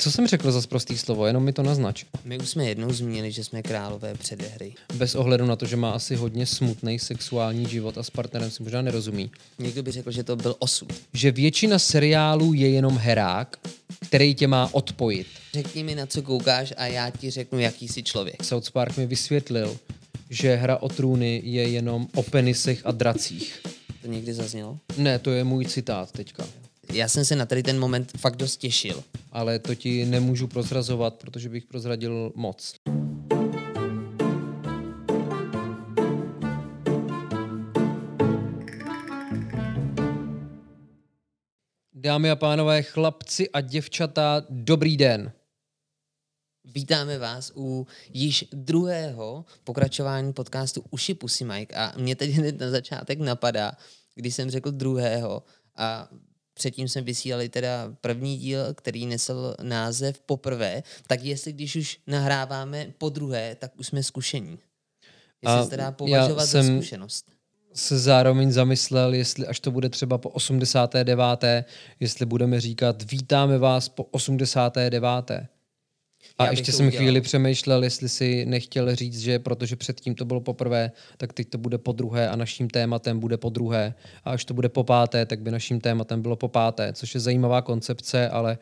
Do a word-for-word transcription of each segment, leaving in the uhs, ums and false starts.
Co jsem řekl za sprostý slovo, jenom mi to naznač. My už jsme jednou zmínili, že jsme králové předehry. Bez ohledu na to, že má asi hodně smutný sexuální život a s partnerem si možná nerozumí. Někdo by řekl, že to byl osud. Že většina seriálů je jenom herák, který tě má odpojit. Řekni mi, na co koukáš a já ti řeknu, jaký jsi člověk. South Park mi vysvětlil, že Hra o trůny je jenom o penisech a dracích. To někdy zaznělo? Ne, to je můj citát teďka. Já jsem se na tady ten moment fakt dost těšil. Ale to ti nemůžu prozrazovat, protože bych prozradil moc. Dámy a pánové, chlapci a děvčata, dobrý den. Vítáme vás u již druhého pokračování podcastu Uši Pusy Mike a mě teď hned na začátek napadá, když jsem řekl druhého a předtím jsme vysílali teda první díl, který nesl název Poprvé, tak jestli když už nahráváme po druhé, tak už jsme zkušení. Jestli se to dá považovat za zkušenost. Se zároveň zamyslel, jestli až to bude třeba po osmdesáté deváté, jestli budeme říkat vítáme vás po osmdesáté deváté. A ještě jsem udělal. Chvíli přemýšlel, jestli si nechtěl říct, že protože předtím to bylo poprvé, tak teď to bude po druhé a naším tématem bude po druhé. A až to bude po páté, tak by naším tématem bylo po páté, což je zajímavá koncepce, ale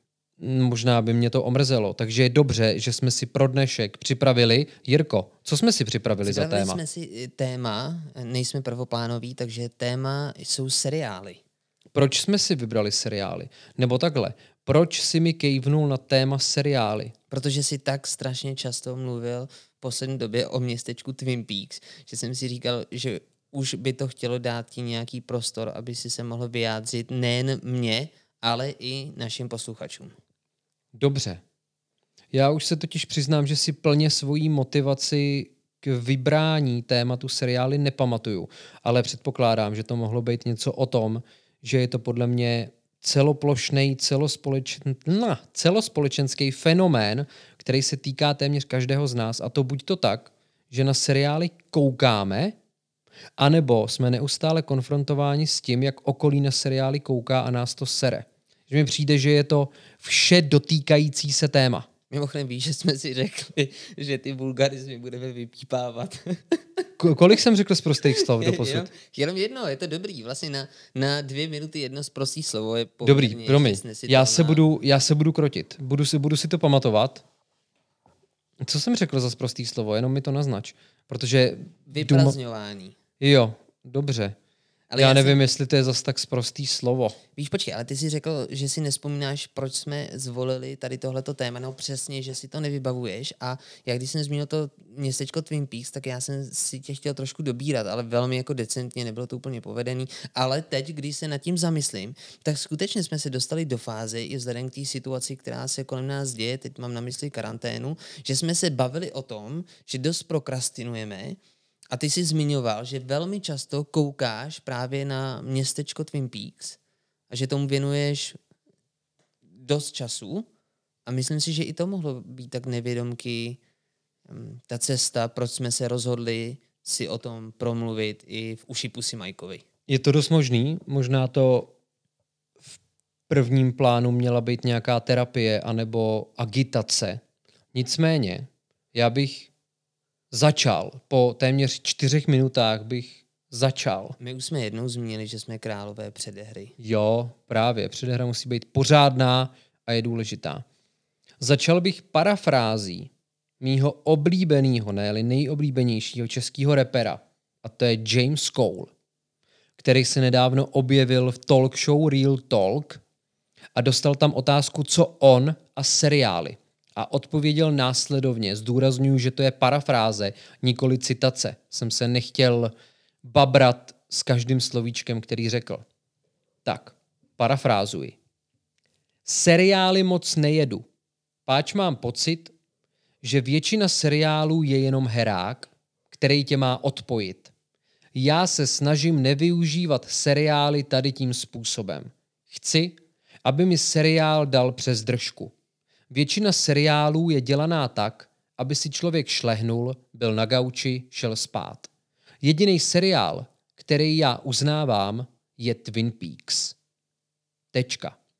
možná by mě to omrzelo. Takže je dobře, že jsme si pro dnešek připravili. Jirko, co jsme si připravili, připravili za téma? Připravili jsme si téma, nejsme prvoplánoví, takže téma jsou seriály. Proč jsme si vybrali seriály? Nebo takhle, proč si mi kejvnul na téma seriály? Protože si tak strašně často mluvil v poslední době o městečku Twin Peaks, že jsem si říkal, že už by to chtělo dát ti nějaký prostor, aby si se mohl vyjádřit nejen mě, ale i našim posluchačům. Dobře. Já už se totiž přiznám, že si plně svoji motivaci k vybrání tématu seriály nepamatuju, ale předpokládám, že to mohlo být něco o tom, že je to podle mě celoplošnej, celospolečen... no, celospolečenský fenomén, který se týká téměř každého z nás. A to buď to tak, že na seriály koukáme, anebo jsme neustále konfrontováni s tím, jak okolí na seriály kouká a nás to sere. Že mi přijde, že je to vše dotýkající se téma. Mimochodem víš, že jsme si řekli, že ty vulgarizmy budeme vypípávat. K- kolik jsem řekl z prostých slov doposud? Jenom, jenom jedno, je to dobrý. Vlastně na, na dvě minuty jedno z prostých slovo je dobrý, promiň. Já se, budu, já se budu krotit. Budu si, budu si to pamatovat. Co jsem řekl za prostý slovo? Jenom mi to naznač. Protože... Vyprazňování. Duma... Jo, dobře. Ale já, já nevím, jsem... jestli to je zas tak sprostý slovo. Víš, počkej, ale ty jsi řekl, že si nespomínáš, proč jsme zvolili tady tohleto téma, no přesně, že si to nevybavuješ a jak když jsem zmínil to městečko Twin Peaks, tak já jsem si tě chtěl trošku dobírat, ale velmi jako decentně, nebylo to úplně povedený, ale teď, když se nad tím zamyslím, tak skutečně jsme se dostali do fáze i vzhledem k té situaci, která se kolem nás děje, teď mám na mysli karanténu, že jsme se bavili o tom, že dost prokrastinujeme. A ty jsi zmiňoval, že velmi často koukáš právě na městečko Twin Peaks a že tomu věnuješ dost času a myslím si, že i to mohlo být tak nevědomky ta cesta, proč jsme se rozhodli si o tom promluvit i v Uši Pusy Mikeovi. Je to dost možný, možná to v prvním plánu měla být nějaká terapie anebo agitace. Nicméně, já bych začal. Po téměř čtyřech minutách bych začal. My už jsme jednou zmínili, že jsme králové předehry. Jo, právě. Předehra musí být pořádná a je důležitá. Začal bych parafrází mýho oblíbeného, ne-li nejoblíbenějšího českého rapera. A to je James Cole, který se nedávno objevil v talk show Real Talk a dostal tam otázku, co on a seriály. A odpověděl následovně. Zdůrazňuji, že to je parafráze, nikoli citace. Jsem se nechtěl babrat s každým slovíčkem, který řekl. Tak, parafrázuji. Seriály moc nejedu. Páč mám pocit, že většina seriálů je jenom herák, který tě má odpojit. Já se snažím nevyužívat seriály tady tím způsobem. Chci, aby mi seriál dal přes držku. Většina seriálů je dělaná tak, aby si člověk šlehnul, byl na gauči, šel spát. Jediný seriál, který já uznávám, je Twin Peaks. Tečka.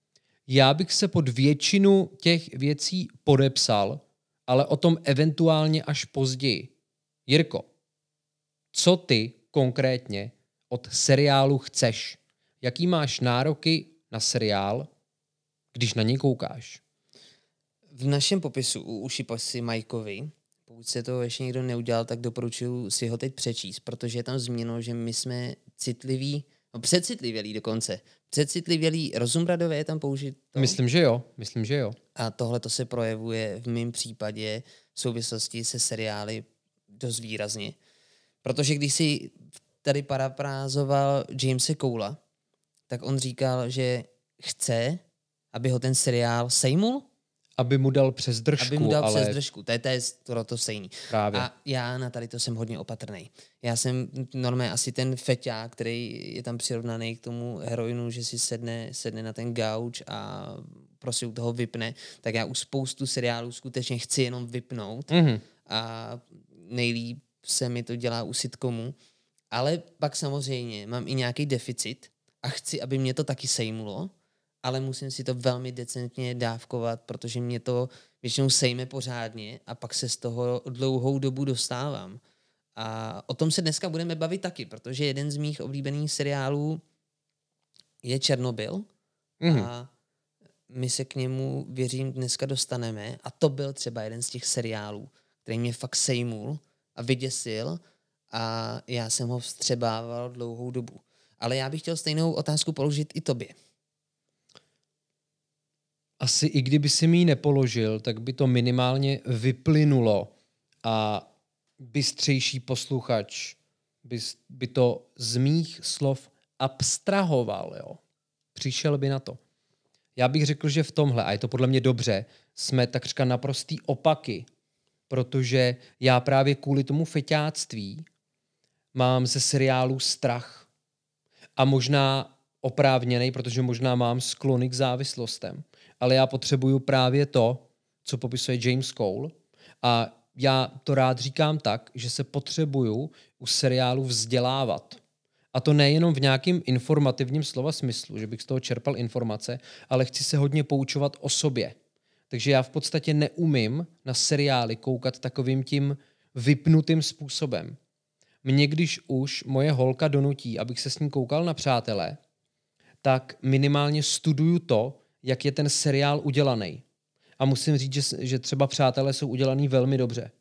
Já bych se pod většinu těch věcí podepsal, ale o tom eventuálně až později. Jirko, co ty konkrétně od seriálu chceš? Jaký máš nároky na seriál, když na něj koukáš? V našem popisu u Uši pasy Mikeovi, pokud se to ještě někdo neudělal, tak doporučuji si ho teď přečíst, protože je tam zmíněno, že my jsme citliví, no přecitlivělí dokonce. Přecitlivělí rozumradové je tam použít. Myslím, že jo. Myslím, že jo. A tohle to se projevuje v mém případě v souvislosti se seriály dost výrazně. Protože když si tady parafrázoval Jamese Cola, tak on říkal, že chce, aby ho ten seriál sejmul. Aby mu dal přes držku. Aby mu dal ale... přes držku. To je, to je to, to stejný. Právě. A já na tady to jsem hodně opatrný. Já jsem normálně asi ten feťák, který je tam přirovnaný k tomu heroinu, že si sedne, sedne na ten gauč a prostě u toho vypne. Tak já u spoustu seriálů skutečně chci jenom vypnout. Mm-hmm. A nejlíp se mi to dělá u sitcomu. Ale pak samozřejmě mám i nějaký deficit a chci, aby mě to taky sejmulo, ale musím si to velmi decentně dávkovat, protože mě to většinou sejme pořádně a pak se z toho dlouhou dobu dostávám. A o tom se dneska budeme bavit taky, protože jeden z mých oblíbených seriálů je Černobyl mm. a my se k němu, věřím, dneska dostaneme a to byl třeba jeden z těch seriálů, který mě fakt sejmul a vyděsil a já jsem ho vstřebával dlouhou dobu. Ale já bych chtěl stejnou otázku položit i tobě. Asi i kdyby si mi ji nepoložil, tak by to minimálně vyplynulo a bystřejší posluchač by, by to z mých slov abstrahoval. Jo? Přišel by na to. Já bych řekl, že v tomhle, a je to podle mě dobře, jsme takřka naprostý opaky, protože já právě kvůli tomu feťáctví mám ze seriálu strach. A možná oprávněnej, protože možná mám sklony k závislostem. Ale já potřebuju právě to, co popisuje James Cole. A já to rád říkám tak, že se potřebuju u seriálu vzdělávat. A to nejenom v nějakým informativním slova smyslu, že bych z toho čerpal informace, ale chci se hodně poučovat o sobě. Takže já v podstatě neumím na seriály koukat takovým tím vypnutým způsobem. Mě když už moje holka donutí, abych se s ní koukal na Přátelé, tak minimálně studuju to, jak je ten seriál udělaný. A musím říct, že, že třeba Přátelé jsou udělaný velmi dobře.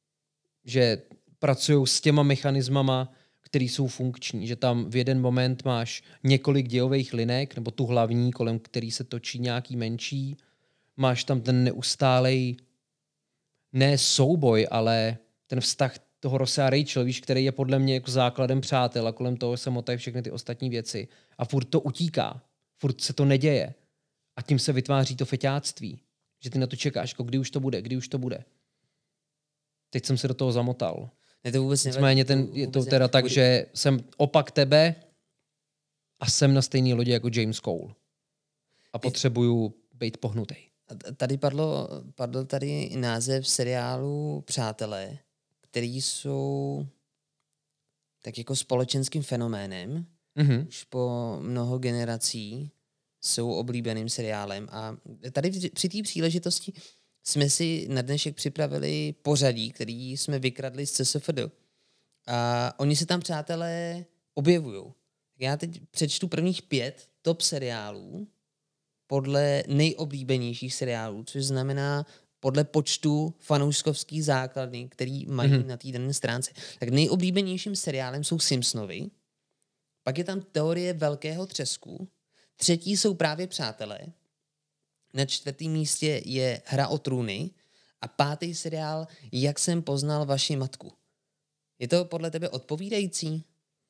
Že pracují s těma mechanismama, které jsou funkční. Že tam v jeden moment máš několik dějových linek, nebo tu hlavní, kolem který se točí nějaký menší. Máš tam ten neustálej, ne souboj, ale ten vztah toho Rosse a Rachel, víš, který je podle mě jako základem Přátel a kolem toho se motají všechny ty ostatní věci. A furt to utíká. Furt se to neděje. A tím se vytváří to feťáctví. Že ty na to čekáš, jako kdy už to bude, kdy už to bude. Teď jsem se do toho zamotal. Ne, to vůbec Nicméně ten, je to teda tak, že jsem opak tebe a jsem na stejné lodi jako James Cole. A potřebuju být pohnutej. Tady padlo, padl tady název seriálu Přátelé, který jsou tak jako společenským fenoménem. Mm-hmm. Už po mnoho generací jsou oblíbeným seriálem. A tady při té příležitosti jsme si na dnešek připravili pořadí, který jsme vykradli z C S F D. A oni se tam, přátelé, objevují. Já teď přečtu prvních pět top seriálů podle nejoblíbenějších seriálů, což znamená podle počtu fanouškovských základny, který mají mm-hmm. na té dané stránce. Tak nejoblíbenějším seriálem jsou Simpsonovi, pak je tam Teorie velkého třesku, třetí jsou právě Přátelé, na čtvrtém místě je Hra o trůny a pátý seriál Jak jsem poznal vaši matku. Je to podle tebe odpovídající?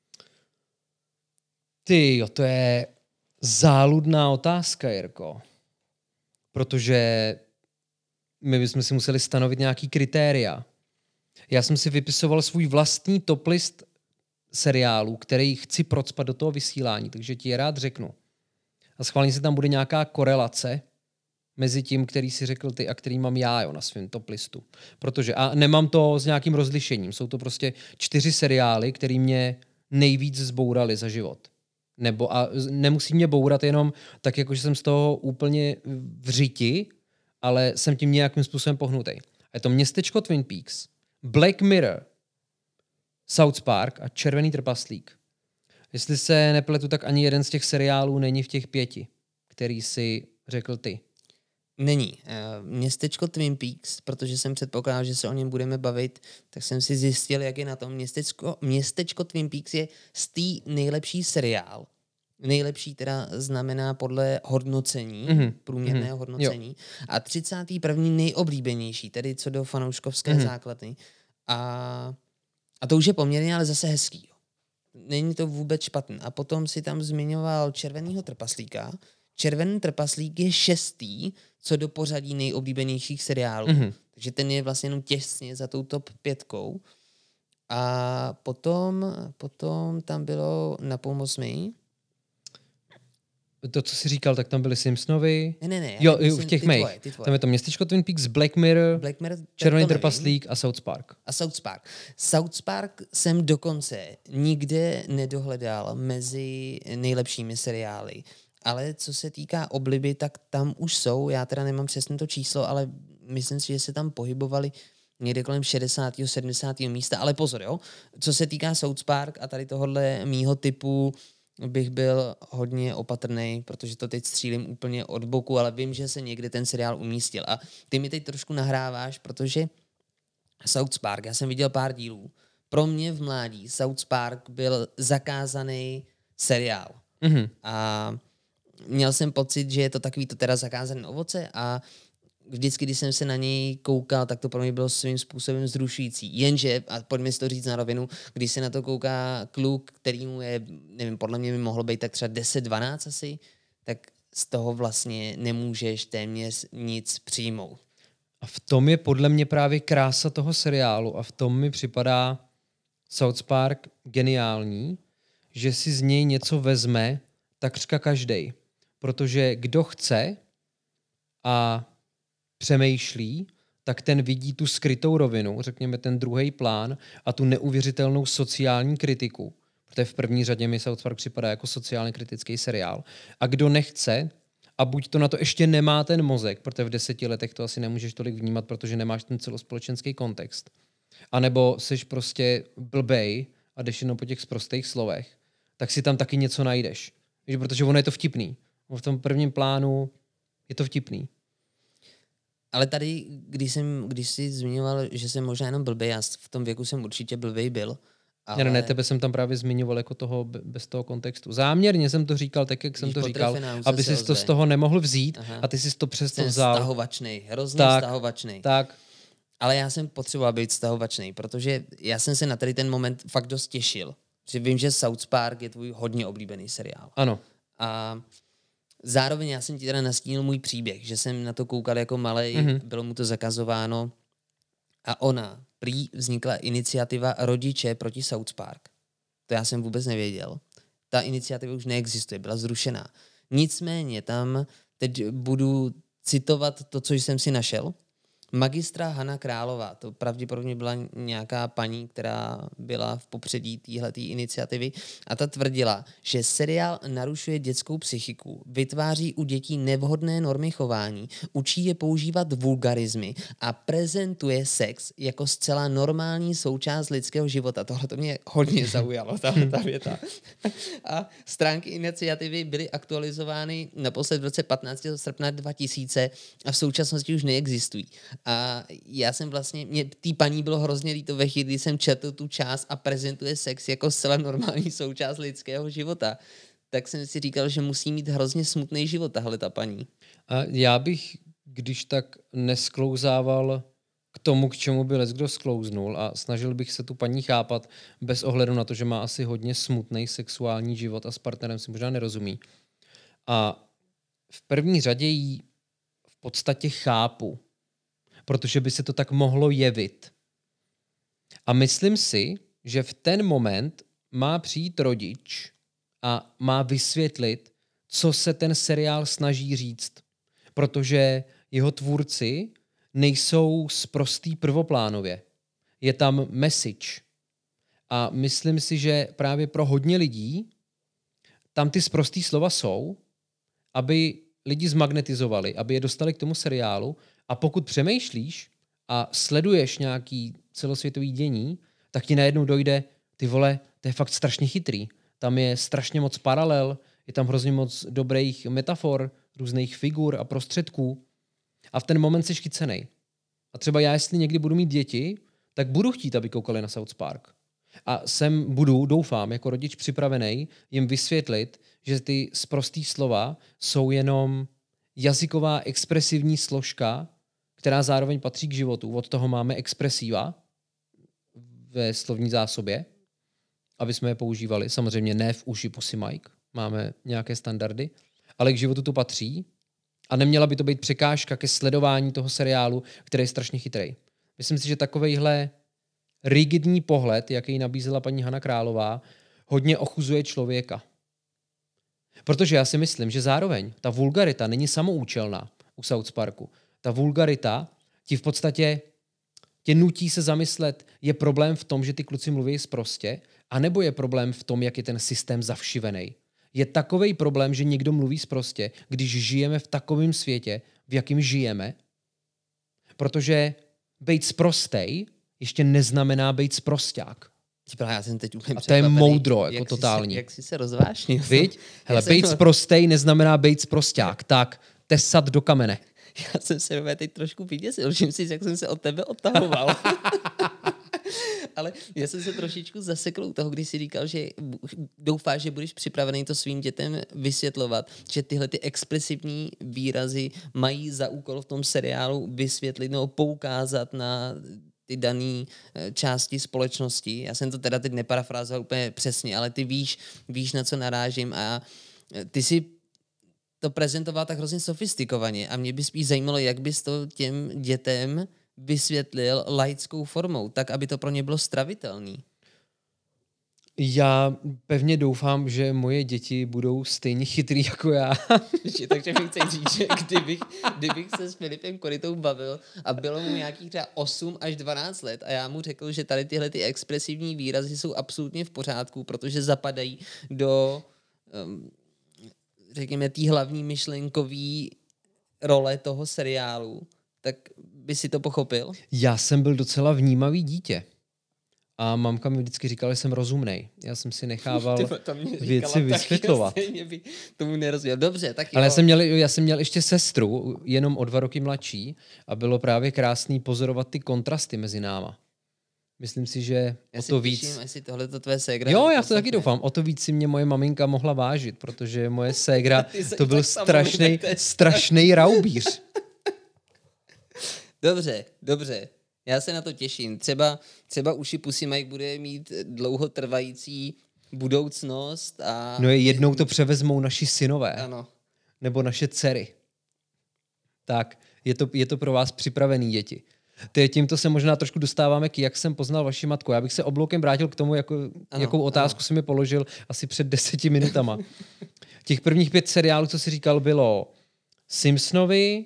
Ty jo, to je záludná otázka, Jirko. Protože my bychom si museli stanovit nějaký kritéria. Já jsem si vypisoval svůj vlastní top list seriálů, který chci procpat do toho vysílání, takže ti je rád řeknu. A schválně se tam bude nějaká korelace mezi tím, který si řekl ty a který mám já jo, na svém top listu. Protože, a nemám to s nějakým rozlišením, jsou to prostě čtyři seriály, které mě nejvíc zbourali za život. Nebo a nemusí mě bourat jenom tak, jako že jsem z toho úplně v řiti, ale jsem tím nějakým způsobem pohnutý. Je to Městečko Twin Peaks, Black Mirror, South Park a Červený trpaslík. Jestli se nepletu, tak ani jeden z těch seriálů není v těch pěti, který si řekl ty. Není. Městečko Twin Peaks, protože jsem předpokládal, že se o něm budeme bavit, tak jsem si zjistil, jak je na tom. Městečko, Městečko Twin Peaks je z té nejlepší seriál. Nejlepší teda znamená podle hodnocení, mm-hmm. průměrného mm-hmm. hodnocení. Jo. A třicátý první nejoblíbenější, tedy co do fanouškovské mm-hmm. základny. A, a to už je poměrně, ale zase hezký. Není to vůbec špatný. A potom si tam zmiňoval Červenýho trpaslíka. Červený trpaslík je šestý, co do pořadí nejoblíbenějších seriálů. Mm-hmm. Takže ten je vlastně jenom těsně za tou top pětkou. A potom, potom tam bylo Napomoz mi. To, co jsi říkal, tak tam byly Simpsonovi. Ne, ne, ne. Jo, v těch mých. Tam je to Městečko Twin Peaks, Black Mirror, Black Mirror Červený trpaslík a South Park. A South Park. South Park jsem dokonce nikde nedohledal mezi nejlepšími seriály. Ale co se týká obliby, tak tam už jsou. Já teda nemám přesně to číslo, ale myslím si, že se tam pohybovali někde kolem šedesátého sedmdesátého místa. Ale pozor, jo. Co se týká South Park a tady tohohle mýho typu bych byl hodně opatrný, protože to teď střílím úplně od boku, ale vím, že se někde ten seriál umístil. A ty mi teď trošku nahráváš, protože South Park, já jsem viděl pár dílů. Pro mě v mládí South Park byl zakázaný seriál. Mm-hmm. A měl jsem pocit, že je to takový to teda zakázané ovoce a vždycky, když jsem se na něj koukal, tak to pro mě bylo svým způsobem zrušující. Jenže, a pojďme si to říct na rovinu, když se na to kouká kluk, který mu je, nevím, podle mě by mohlo být tak třeba deset dvanáct asi, tak z toho vlastně nemůžeš téměř nic přijmout. A v tom je podle mě právě krása toho seriálu a v tom mi připadá South Park geniální, že si z něj něco vezme takřka každej. Protože kdo chce a přemýšlí, tak ten vidí tu skrytou rovinu, řekněme ten druhý plán a tu neuvěřitelnou sociální kritiku. Protože v první řadě mi South Park připadá jako sociálně kritický seriál. A kdo nechce, a buď to na to ještě nemá ten mozek, protože v deseti letech to asi nemůžeš tolik vnímat, protože nemáš ten celospolečenský kontext. A nebo jsi prostě blbej a jdeš jenom po těch sprostých slovech, tak si tam taky něco najdeš. Víš, protože ono je to vtipný. V tom prvním plánu je to vtipný. Ale tady, když, jsem, když jsi zmiňoval, že jsem možná jenom blbej, já v tom věku jsem určitě blbej byl. Ale... Ne, ne, tebe jsem tam právě zmiňoval jako toho, bez toho kontextu. Záměrně jsem to říkal tak, jak jsem to říkal, aby jsi to z toho nemohl vzít. Aha. A ty jsi to přesto vzal. Jsem stahovačnej, hrozně tak, stahovačnej. Tak. Ale já jsem potřeboval být stahovačnej, protože já jsem se na tady ten moment fakt dost těšil. Že vím, že South Park je tvůj hodně oblíbený seriál. Ano. A zároveň já jsem ti teda nastínil můj příběh, že jsem na to koukal jako malej, mm-hmm. bylo mu to zakazováno a ona, prý vznikla iniciativa Rodiče proti South Park. To já jsem vůbec nevěděl. Ta iniciativa už neexistuje, byla zrušená. Nicméně tam teď budu citovat to, co jsem si našel. Magistra Hana Králová, to pravděpodobně byla nějaká paní, která byla v popředí téhletý iniciativy a ta tvrdila, že seriál narušuje dětskou psychiku, vytváří u dětí nevhodné normy chování, učí je používat vulgarizmy a prezentuje sex jako zcela normální součást lidského života. Tohle to mě hodně zaujalo, ta, ta věta. A stránky iniciativy byly aktualizovány naposled v roce patnáctého srpna dva tisíce a v současnosti už neexistují. A já jsem vlastně, mě tý paní bylo hrozně líto ve chvíli, kdy jsem četl tu část a prezentuje sex jako zcela normální součást lidského života. Tak jsem si říkal, že musí mít hrozně smutný život tahle ta paní. A já bych, když tak nesklouzával k tomu, k čemu by leckdo sklouznul a snažil bych se tu paní chápat bez ohledu na to, že má asi hodně smutný sexuální život a s partnerem si možná nerozumí. A v první řadě jí v podstatě chápu, protože by se to tak mohlo jevit. A myslím si, že v ten moment má přijít rodič a má vysvětlit, co se ten seriál snaží říct. Protože jeho tvůrci nejsou sprostý prvoplánově. Je tam message. A myslím si, že právě pro hodně lidí tam ty sprostý slova jsou, aby lidi zmagnetizovali, aby je dostali k tomu seriálu a pokud přemýšlíš a sleduješ nějaký celosvětový dění, tak ti najednou dojde, ty vole, to je fakt strašně chytrý. Tam je strašně moc paralel, je tam hrozně moc dobrých metafor, různých figur a prostředků a v ten moment jsi chycenej. A třeba já, jestli někdy budu mít děti, tak budu chtít, aby koukali na South Park. A sem budu, doufám, jako rodič připravený jim vysvětlit, že ty sprostý slova jsou jenom jazyková expresivní složka, která zároveň patří k životu. Od toho máme expresiva ve slovní zásobě, aby jsme je používali. Samozřejmě ne v uši Pussy Mike, máme nějaké standardy, ale k životu to patří a neměla by to být překážka ke sledování toho seriálu, který je strašně chytrý. Myslím si, že takovejhle rigidní pohled, jaký nabízela paní Hana Králová, hodně ochuzuje člověka. Protože já si myslím, že zároveň ta vulgarita není samoučelná u South Parku. Ta vulgarita ti v podstatě tě nutí se zamyslet, je problém v tom, že ty kluci mluví sprostě, anebo je problém v tom, jak je ten systém zavšivený. Je takovej problém, že někdo mluví sprostě, když žijeme v takovém světě, v jakém žijeme, protože bejt sprostej ještě neznamená bejt sprosťák. Já jsem teď úplně a to je moudro, jako jak totální. Jsi se, jak jsi se rozvášnil. Viď? Hele, bejt jsem... sprostej neznamená bejt sprosťák. Tak, tesat do kamene. Já jsem se teď trošku vyděsil, všim si, jak jsem se od tebe odtahoval. Ale já jsem se trošičku zasekl u toho, když jsi říkal, že doufáš, že budeš připravený to svým dětem vysvětlovat, že tyhle ty expresivní výrazy mají za úkol v tom seriálu vysvětlit nebo poukázat na ty dané části společnosti. Já jsem to teda teď neparafrázoval úplně přesně, ale ty víš, víš, na co narážím a ty si to prezentoval tak hrozně sofistikovaně a mě by spíš zajímalo, jak bys to těm dětem vysvětlil laickou formou, tak, aby to pro ně bylo stravitelný. Já pevně doufám, že moje děti budou stejně chytrý jako já. Takže mi chci říct, že kdybych, kdybych se s Filipem Koritou bavil a bylo mu nějakých třeba osm až dvanáct let a já mu řekl, že tady tyhle ty expresivní výrazy jsou absolutně v pořádku, protože zapadají do um, řekněme té hlavní myšlenkový role toho seriálu, tak by si to pochopil? Já jsem byl docela vnímavý dítě. A mamka mi vždycky říkala, že jsem rozumnej. Já jsem si nechával věci vysvětlovat. By tomu nerozuměl. Dobře, tak jo. Ale já jsem, měl, já jsem měl ještě sestru, jenom o dva roky mladší, a bylo právě krásný pozorovat ty kontrasty mezi náma. Myslím si, že já o to víc... Píším, jestli tohle to tvé ségra... Jo, já to taky doufám. O to víc si mě moje maminka mohla vážit, protože moje ségra to byl strašnej, strašnej raubíř. Dobře, dobře. Já se na to těším. Třeba, třeba uši Pussy Mike bude mít dlouhotrvající budoucnost a... No je jednou to převezmou naši synové. Ano. Nebo naše dcery. Tak, je to, je to pro vás připravený, děti. Ty, tímto se možná trošku dostáváme k jak jsem poznal vaši matku. Já bych se obloukem vrátil k tomu, jako, ano, jakou otázku ano. si mi položil asi před deseti minutama. Těch prvních pět seriálů, co jsi říkal, bylo Simpsonovi,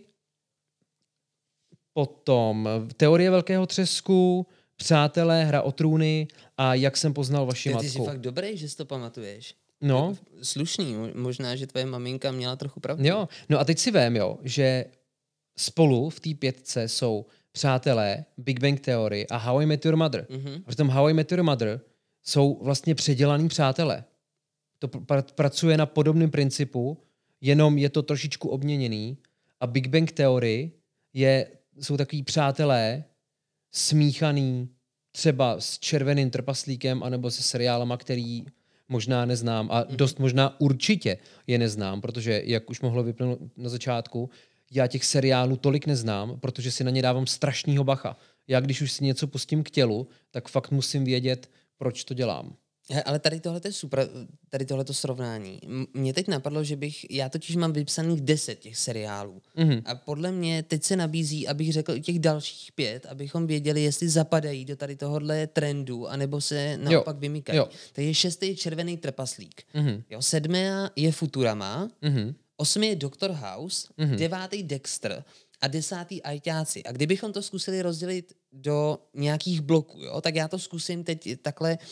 potom Teorie velkého třesku, Přátelé, Hra o trůny a Jak jsem poznal vaši ty, matku. Ty jsi fakt dobrý, že si to pamatuješ. No. Slušný, možná, že tvoje maminka měla trochu pravdu. Jo, no a teď si vím, jo, že spolu v té pětce jsou Přátelé, Big Bang Theory a How I Met Your Mother. Mm-hmm. A v tom How I Met Your Mother jsou vlastně předělaný přátelé. To pr- pracuje na podobném principu, jenom je to trošičku obměněný a Big Bang Theory je, jsou takový přátelé smíchaný třeba s Červeným trpaslíkem anebo se seriálama, který možná neznám a dost možná určitě je neznám, protože jak už mohlo vypnout na začátku, já těch seriálů tolik neznám, protože si na ně dávám strašnýho bacha. Já když už si něco pustím k tělu, tak fakt musím vědět, proč to dělám. Ale tady tohle je super, tady tohleto srovnání. Mně teď napadlo, že bych, já totiž mám vypsaných deset těch seriálů. Mm-hmm. A podle mě teď se nabízí, abych řekl těch dalších pět, abychom věděli, jestli zapadají do tady tohohle trendu, anebo se naopak jo. vymykají. Jo. Takže šestý je Červený trpaslík. Mm-hmm. Jo, sedmá je Futurama, mm-hmm. osmý je Doktor House, mm-hmm. devátý Dexter a desátý Ajťáci. A kdybychom to zkusili rozdělit do nějakých bloků, jo, tak já to zkusím teď takhle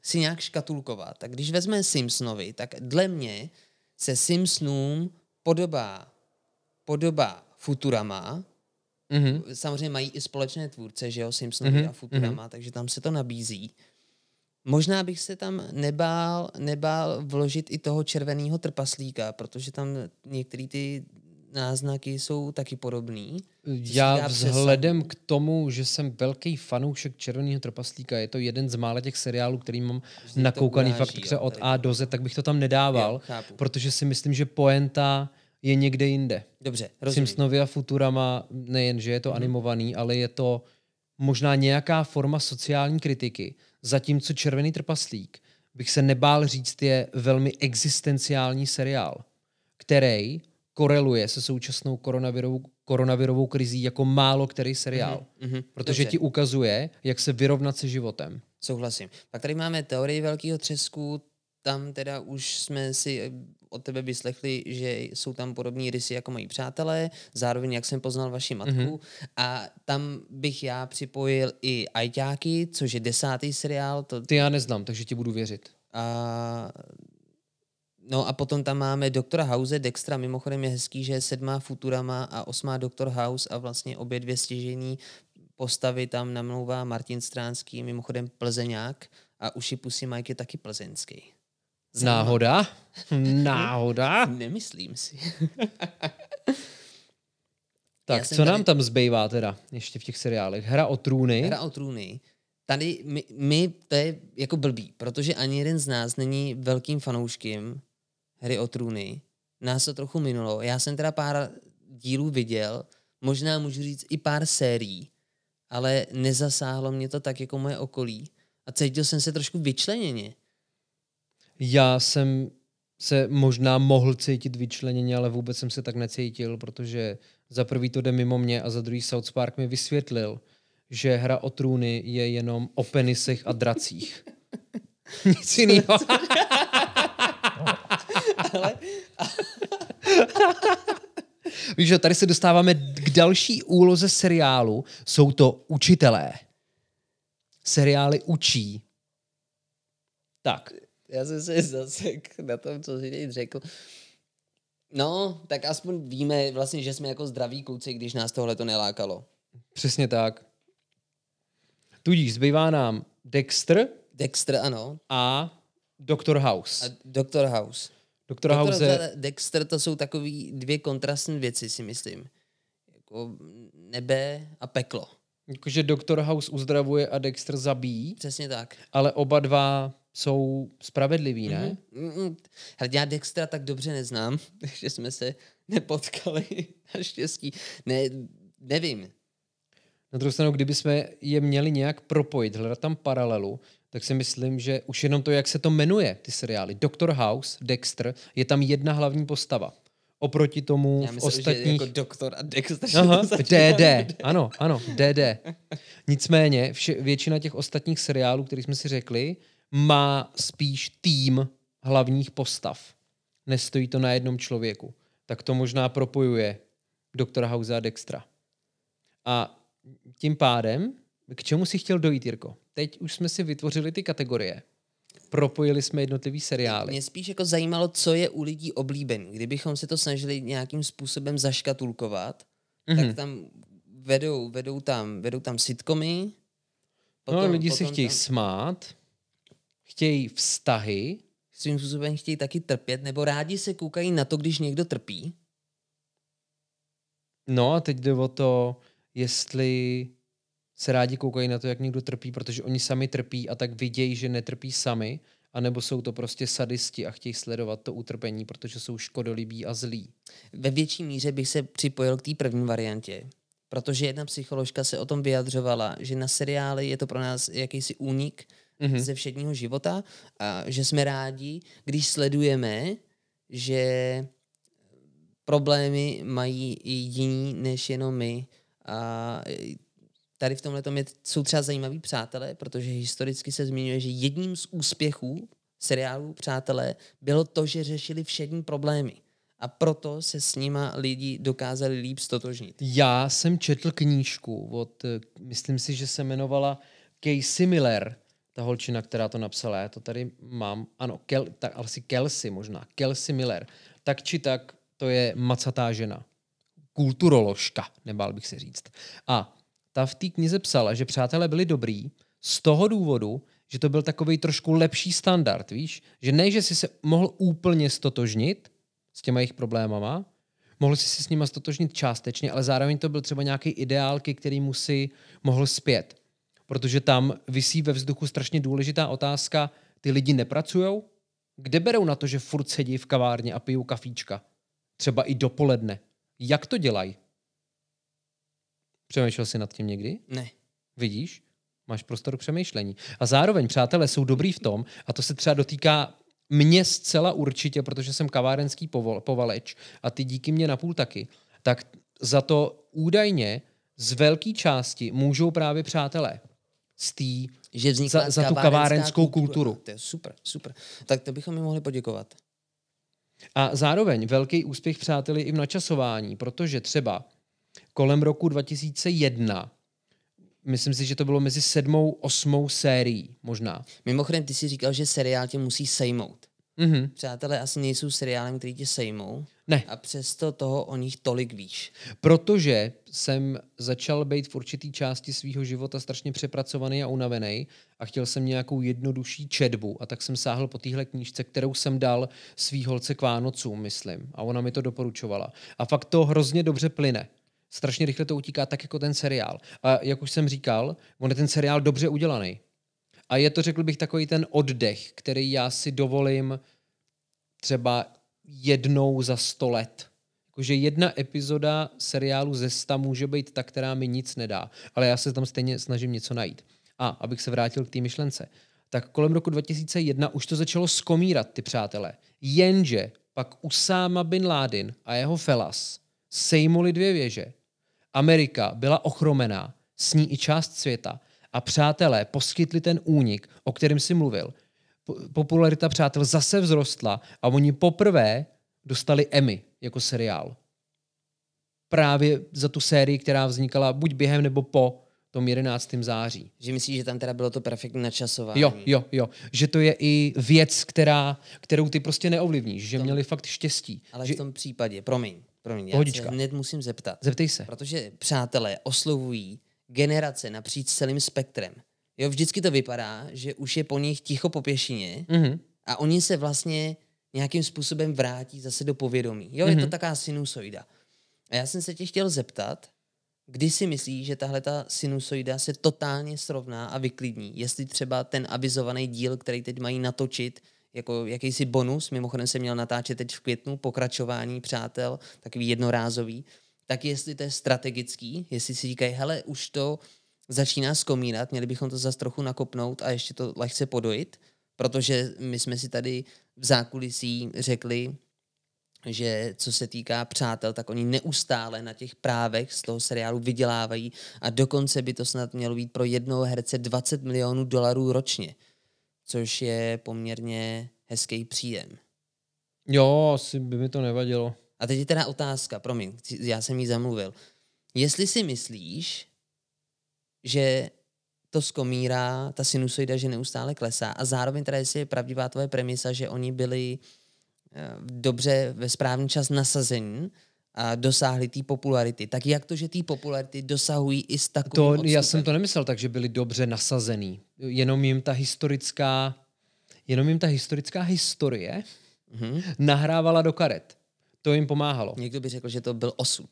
si nějak škatulkovat, tak když vezmeme Simpsonovi, tak dle mě se Simpsonům podobá, podobá Futurama. Mm-hmm. Samozřejmě mají i společné tvůrce, že jo, Simpsonovi mm-hmm. a Futurama, mm-hmm. takže tam se to nabízí. Možná bych se tam nebál, nebál vložit i toho červeného trpaslíka, protože tam některé ty náznaky jsou taky podobný. Já vzhledem k tomu, že jsem velký fanoušek Červeného trpaslíka, je to jeden z mála těch seriálů, který mám Vždy nakoukaný uráží, fakt jo, od A do Z, tak bych to tam nedával, jo, protože si myslím, že poenta je někde jinde. Dobře, rozumím. Simpsonovi a Futurama nejen, že je to mm. animovaný, ale je to možná nějaká forma sociální kritiky, zatímco Červený trpaslík, bych se nebál říct, je velmi existenciální seriál, který koreluje se současnou koronavirovou, koronavirovou krizí jako málo který seriál. Mm-hmm, protože dobře. Ti ukazuje, jak se vyrovnat se životem. Souhlasím. Pak tady máme teorii velkého třesku, tam teda už jsme si od tebe vyslechli, že jsou tam podobní rysy, jako mají přátelé, zároveň jak jsem poznal vaši matku. Mm-hmm. A tam bych já připojil i Ajťáky, což je desátý seriál. To... Ty já neznám, takže ti budu věřit. A... No a potom tam máme Doktora House, Dextra, mimochodem je hezký, že je sedmá Futurama a osmá Doktor House a vlastně obě dvě stěžejní postavy tam namlouvá Martin Stránský, mimochodem Plzeňák a uši pusy Mike je taky plzeňský. Zajímavý. Náhoda? Náhoda? Nemyslím si. Tak, co tady... nám tam zbývá teda ještě v těch seriálech? Hra o trůny. Hra o trůny. Tady my, my, to je jako blbý, protože ani jeden z nás není velkým fanouškem Hry o trůny. Nás to trochu minulo. Já jsem teda pár dílů viděl, možná můžu říct i pár sérií, ale nezasáhlo mě to tak jako moje okolí. A cítil jsem se trošku vyčleněně. Já jsem se možná mohl cítit vyčleněně, ale vůbec jsem se tak necítil, protože za prvý to jde mimo mě a za druhý South Park mi vysvětlil, že Hra o trůny je jenom o penisech a dracích. Nic jiného. Ale... Víš, že tady se dostáváme k další úloze seriálu. Jsou to učitelé. Seriály učí. Tak. Já jsem se zasek na tom, co jsi teď řekl. No, tak aspoň víme vlastně, že jsme jako zdraví kluci, když nás tohle to nelákalo. Přesně tak. Tudíž zbývá nám Dexter. Dexter, ano. A Doktor House. A Doktor House. Doktor House. Dexter, to jsou takový dvě kontrastní věci, si myslím. Jako nebe a peklo. Jakože Doktor House uzdravuje a Dexter zabíjí. Přesně tak. Ale oba dva jsou spravedliví, ne? Mm-hmm. Hele, já Dextera tak dobře neznám, že jsme se nepotkali, naštěstí. Ne, nevím. Na druhou stranu, kdybychom je měli nějak propojit, hledat tam paralelu, tak si myslím, že už jenom to, jak se to jmenuje, ty seriály. Doktor House, Dexter, je tam jedna hlavní postava. Oproti tomu já myslím, v ostatních... že jako doktor a Dexter. Aha, D D, ano, ano, D D. Nicméně vše, většina těch ostatních seriálů, které jsme si řekli, má spíš tým hlavních postav. Nestojí to na jednom člověku. Tak to možná propojuje Doktora House a Dextra. A tím pádem, k čemu si chtěl dojít, Jirko? Teď už jsme si vytvořili ty kategorie. Propojili jsme jednotlivý seriály. Mě spíš jako zajímalo, co je u lidí oblíbený. Kdybychom se to snažili nějakým způsobem zaškatulkovat, mm-hmm. tak tam vedou, vedou tam, vedou tam sitcomy. Potom, no, lidi si chtějí tam... smát, chtějí vztahy. Svým způsobem chtějí taky trpět, nebo rádi se koukají na to, když někdo trpí. No a teď jde o to, jestli se rádi koukají na to, jak někdo trpí, protože oni sami trpí a tak vidějí, že netrpí sami, anebo jsou to prostě sadisti a chtějí sledovat to utrpení, protože jsou škodolibí a zlí. Ve větší míře bych se připojil k té první variantě, protože jedna psycholožka se o tom vyjadřovala, že na seriály je to pro nás jakýsi únik mm-hmm. ze všedního života a že jsme rádi, když sledujeme, že problémy mají i jiní než jenom my. A tady v tomhle jsou třeba zajímaví přátelé, protože historicky se zmiňuje, že jedním z úspěchů seriálu Přátelé bylo to, že řešili všední problémy. A proto se s nima lidi dokázali líp stotožnit. Já jsem četl knížku od, myslím si, že se jmenovala Casey Miller. ta holčina, která to napsala, já to tady mám, ano, Kel, tak asi Kelsey možná, Kelsey Miller, tak či tak to je macatá žena. Kulturoložka, nebál bych se říct. A ta v té knize psala, že přátelé byli dobrý z toho důvodu, že to byl takovej trošku lepší standard, víš? Že ne, že si se mohl úplně stotožnit s těma jejich problémama, mohl si se s nima stotožnit částečně, ale zároveň to byl třeba nějaký ideál, ke kterému si mohl zpět. Protože tam visí ve vzduchu strašně důležitá otázka, ty lidi nepracujou? Kde berou na to, že furt sedí v kavárně a pijou kafíčka? Třeba i dopoledne. Jak to dělají? Přemýšlel jsi nad tím někdy? Ne. Vidíš? Máš prostor k přemýšlení. A zároveň, přátelé, jsou dobrý v tom, a to se třeba dotýká mě zcela určitě, protože jsem kavárenský povol, povaleč a ty díky mě napůl taky, tak za to údajně z velké části můžou právě přátelé z té Že vznikla za, za tu kavárenskou kulturu. kulturu. To je super, super. Tak to bychom mi mohli poděkovat. A zároveň velký úspěch, přáteli, i v načasování, protože třeba kolem roku dva tisíce jedna, myslím si, že to bylo mezi sedmou, osmou sérií možná. Mimochodem, ty jsi říkal, že seriál tě musí sejmout. Mhm. Přátelé asi nejsou seriálem, který tě sejmou. Ne. A přesto toho o nich tolik víš. Protože jsem začal být v určitý části svého života strašně přepracovaný a unavený a chtěl jsem nějakou jednodušší četbu a tak jsem sáhl po téhle knížce, kterou jsem dal svý holce k Vánocům, myslím. A ona mi to doporučovala. A fakt to hrozně dobře plyne. Strašně rychle to utíká, tak jako ten seriál. A jak už jsem říkal, on je ten seriál dobře udělaný. A je to, řekl bych, takový ten oddech, který já si dovolím třeba jednou za sto let. Jakože jedna epizoda seriálu ze sta může být ta, která mi nic nedá. Ale já se tam stejně snažím něco najít. A abych se vrátil k té myšlence. Tak kolem roku dva tisíce jedna už to začalo skomírat, ty přátelé. Jenže pak Usáma bin Ládin a jeho felas sejmuli dvě věže. Amerika byla ochromená, s ní i část světa. A přátelé poskytli ten únik, o kterém si mluvil. Popularita přátel zase vzrostla a oni poprvé dostali Emmy jako seriál. Právě za tu sérii, která vznikala buď během nebo po tom jedenáctého září. Že myslíš, že tam teda bylo to perfektní načasování? Jo, jo, jo. Že to je i věc, která, kterou ty prostě neovlivníš. Že tom, měli fakt štěstí. Ale že... v tom případě, promiň, promiň, Pohodička. já se hned musím zeptat. Zeptej se. Protože přátelé oslovují generace napříč celým spektrem. Jo, vždycky to vypadá, že už je po nich ticho po pěšině Mm-hmm. a oni se vlastně nějakým způsobem vrátí zase do povědomí. Jo, mm-hmm. je to taková sinusoida. A já jsem se tě chtěl zeptat, kdy si myslíš, že tahle ta sinusoida se totálně srovná a vyklidní? Jestli třeba ten avizovaný díl, který teď mají natočit, jako jakýsi bonus, mimochodem se měl natáčet teď v květnu, pokračování přátel, takový jednorázový, tak jestli to je strategický, jestli si říkají, hele, už to začíná skomírat, měli bychom to zase trochu nakopnout a ještě to lehce podojit, protože my jsme si tady v zákulisí řekli, že co se týká přátel, tak oni neustále na těch právech z toho seriálu vydělávají a dokonce by to snad mělo být pro jednoho herce dvacet milionů dolarů ročně, což je poměrně hezký příjem. Jo, asi by mi to nevadilo. A teď je teda otázka, promiň, já jsem jí zamluvil. Jestli si myslíš, že to skomírá, ta sinusoida, že neustále klesá a zároveň teda jestli je pravdivá tvoje premisa, že oni byli dobře ve správný čas nasazení a dosáhli té popularity. Tak jak to, že té popularity dosahují i s takovým To, odstupem? já jsem to nemyslel tak, že byli dobře nasazený. Jenom jim ta historická, jenom jim ta historická historie Mm-hmm. nahrávala do karet. To jim pomáhalo. Někdo by řekl, že to byl osud.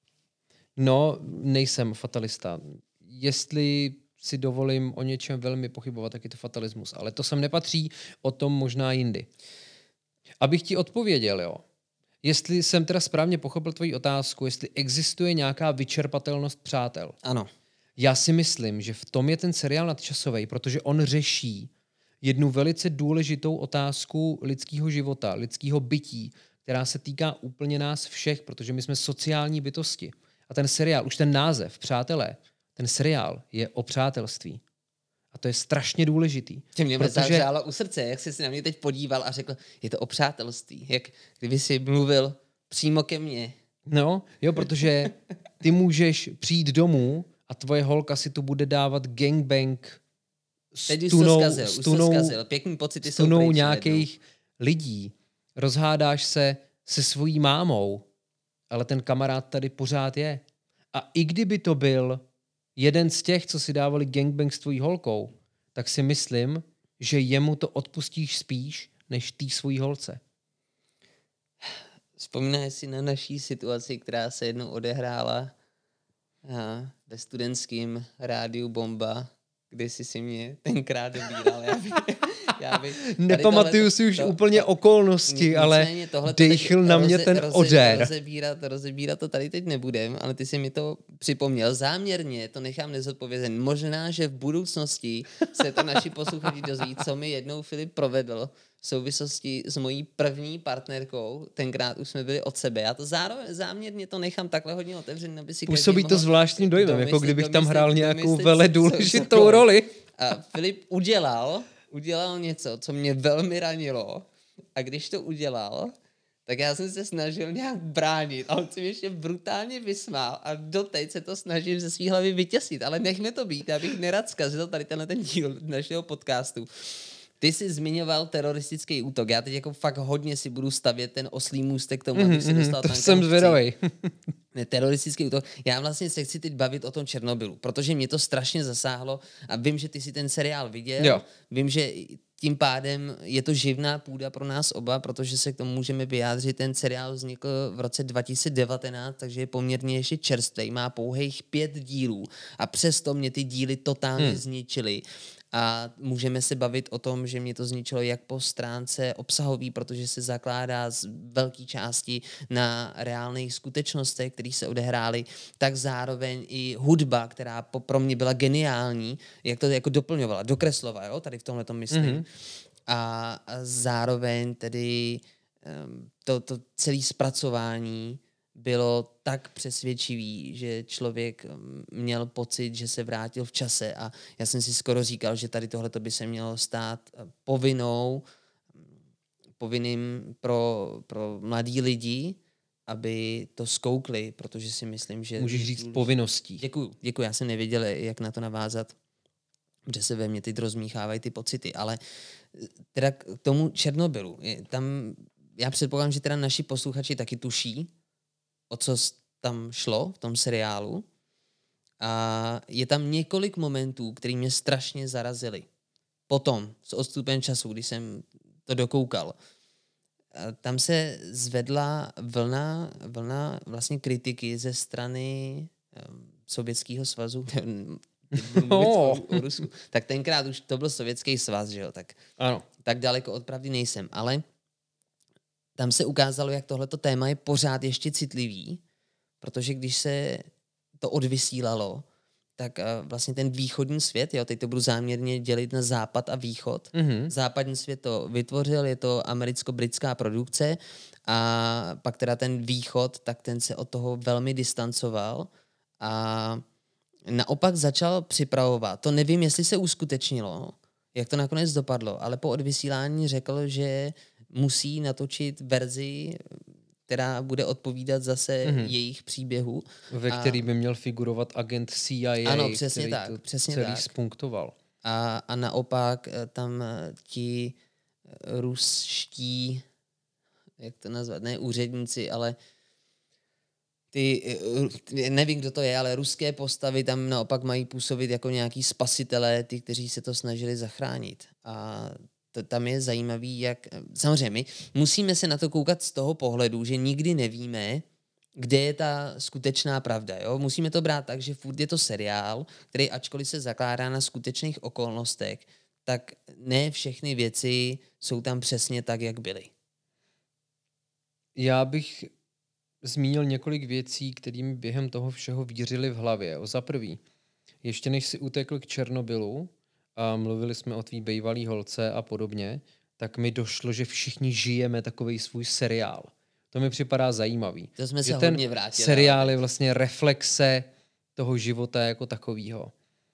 No, nejsem fatalista. Jestli si dovolím o něčem velmi pochybovat, tak je to fatalismus. Ale to sem nepatří, o tom možná jindy. Abych ti odpověděl, jo. Jestli jsem teda správně pochopil tvoji otázku, jestli existuje nějaká vyčerpatelnost přátel. Ano. Já si myslím, že v tom je ten seriál nadčasový, protože on řeší jednu velice důležitou otázku lidského života, lidského bytí, která se týká úplně nás všech, protože my jsme sociální bytosti. A ten seriál, už ten název, Přátelé, ten seriál je o přátelství. A to je strašně důležitý. Tě mě protože... zavřálo u srdce, jak jsi si na mě teď podíval a řekl, je to o přátelství. Jak kdyby jsi mluvil přímo ke mně. No, jo, protože ty můžeš přijít domů a tvoje holka si tu bude dávat gangbang Teď už to zkazil, už to zkazil. Pěkný pocity jsou stunou nějakých lidí. Rozhádáš se se svojí mámou, ale ten kamarád tady pořád je. A i kdyby to byl jeden z těch, co si dávali gangbang s tvojí holkou, tak si myslím, že jemu to odpustíš spíš, než tý svojí holce. Vzpomínáš si na naší situaci, která se jednou odehrála a, ve studentském rádiu Bomba, kde jsi si mě tenkrát dobíral. Já bych, já bych, Nepamatuju tohleto, si už to, úplně to, to, ale dejchl na mě ten roze, odér. Rozebírat, rozebírat to tady teď nebudem, ale ty jsi mi to připomněl. Záměrně to nechám nezodpovězen. Možná, že v budoucnosti se to naši posluchači dozví, co mi jednou Filip provedl v souvislosti s mojí první partnerkou. Tenkrát už jsme byli od sebe. Já to zároveň, záměrně to nechám takhle hodně otevřený, aby si působí to zvláštním dojmem, jako kdybych tam hrál nějakou vele důležitou roli. A Filip udělal, udělal něco, co mě velmi ranilo. A když to udělal, tak já jsem se snažil nějak bránit. A on se mi ještě brutálně vysmál a doteď se to snažím ze svý hlavy vytěsnit. Ale nechme to být, já bych nerad zkazil tady tenhle ten díl našeho podcastu. Ty jsi zmiňoval teroristický útok. Já teď jako fakt hodně si budu stavět ten oslý můstek k tomu, abych si dostal to tam, jsem zvědavej. Ne, teroristický útok. Já vlastně se chci teď bavit o tom Černobylu, protože mě to strašně zasáhlo a vím, že ty si ten seriál viděl. Jo. Vím, že tím pádem je to živná půda pro nás oba, protože se k tomu můžeme vyjádřit. Ten seriál vznikl v roce dva tisíce devatenáct, takže je poměrně ještě čerstvý. Má pouhých pět dílů a přesto mě ty díly totálně hmm. zničily. A můžeme se bavit o tom, že mě to zničilo jak po stránce obsahový, protože se zakládá z velké části na reálných skutečnostech, které se odehrály, tak zároveň i hudba, která po, pro mě byla geniální, jak to jako doplňovala, dokreslovala, jo, tady v tomhle tom myslím. Mm-hmm. A, a zároveň tedy um, to, to celé zpracování bylo tak přesvědčivý, že člověk měl pocit, že se vrátil v čase a já jsem si skoro říkal, že tady tohleto by se mělo stát povinnou, povinným pro, pro mladý lidi, aby to zkoukli, protože si myslím, že... Můžeš říct povinností. Děkuju, děkuju, já jsem nevěděl, jak na to navázat, že se ve mně teď rozmíchávají ty pocity, ale teda k tomu Černobylu, tam já předpokládám, že teda naši posluchači taky tuší, o co tam šlo v tom seriálu. A je tam několik momentů, které mě strašně zarazily. Potom, s odstupem času, když jsem to dokoukal, tam se zvedla vlna, vlna vlastně kritiky ze strany um, Sovětského svazu. o, o Rusku. Tak tenkrát už to byl Sovětský svaz, že jo? Tak, ano. Tak daleko od pravdy nejsem. Ale tam se ukázalo, jak tohleto téma je pořád ještě citlivý, protože když se to odvysílalo, tak uh, vlastně ten východní svět, jo, teď to budu záměrně dělit na západ a východ. Mm-hmm. Západní svět to vytvořil, je to americko-britská produkce a pak teda ten východ, tak ten se od toho velmi distancoval a naopak začal připravovat. To nevím, jestli se uskutečnilo, jak to nakonec dopadlo, ale po odvysílání řekl, že musí natočit verzi, která bude odpovídat zase mm-hmm. jejich příběhu. Ve který by měl figurovat agent C I A, ano, přesně který tak, to přesně celý tak. spunktoval. A, a naopak tam ti ruští, jak to nazvat, ne úředníci, ale ty, nevím, kdo to je, ale ruské postavy tam naopak mají působit jako nějaký spasitelé, ty, kteří se to snažili zachránit. A to, tam je zajímavý, jak... Samozřejmě, my musíme se na to koukat z toho pohledu, že nikdy nevíme, kde je ta skutečná pravda. Jo? Musíme to brát tak, že furt je to seriál, který ačkoliv se zakládá na skutečných okolnostech, tak ne všechny věci jsou tam přesně tak, jak byly. Já bych zmínil několik věcí, kterými během toho všeho vířily v hlavě. Za prvý, ještě než si utekl k Černobylu a mluvili jsme o tvý bejvalý holce a podobně, tak mi došlo, že všichni žijeme takovej svůj seriál. To mi připadá zajímavý. To jsme že se ten hodně vrátili. seriál je vlastně reflexe toho života jako takovýho.